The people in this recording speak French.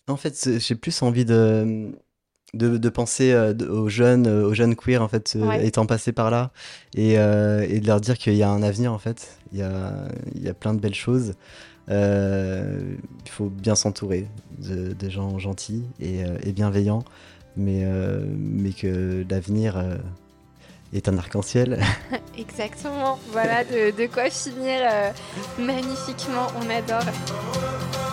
En fait, j'ai plus envie de penser aux jeunes queers, en fait, Ouais, étant passés par là, et de leur dire qu'il y a un avenir, en fait. Il y a plein de belles choses. Il faut bien s'entourer de gens gentils et bienveillants, mais que l'avenir est un arc-en-ciel. exactement. Voilà de quoi finir magnifiquement. On adore.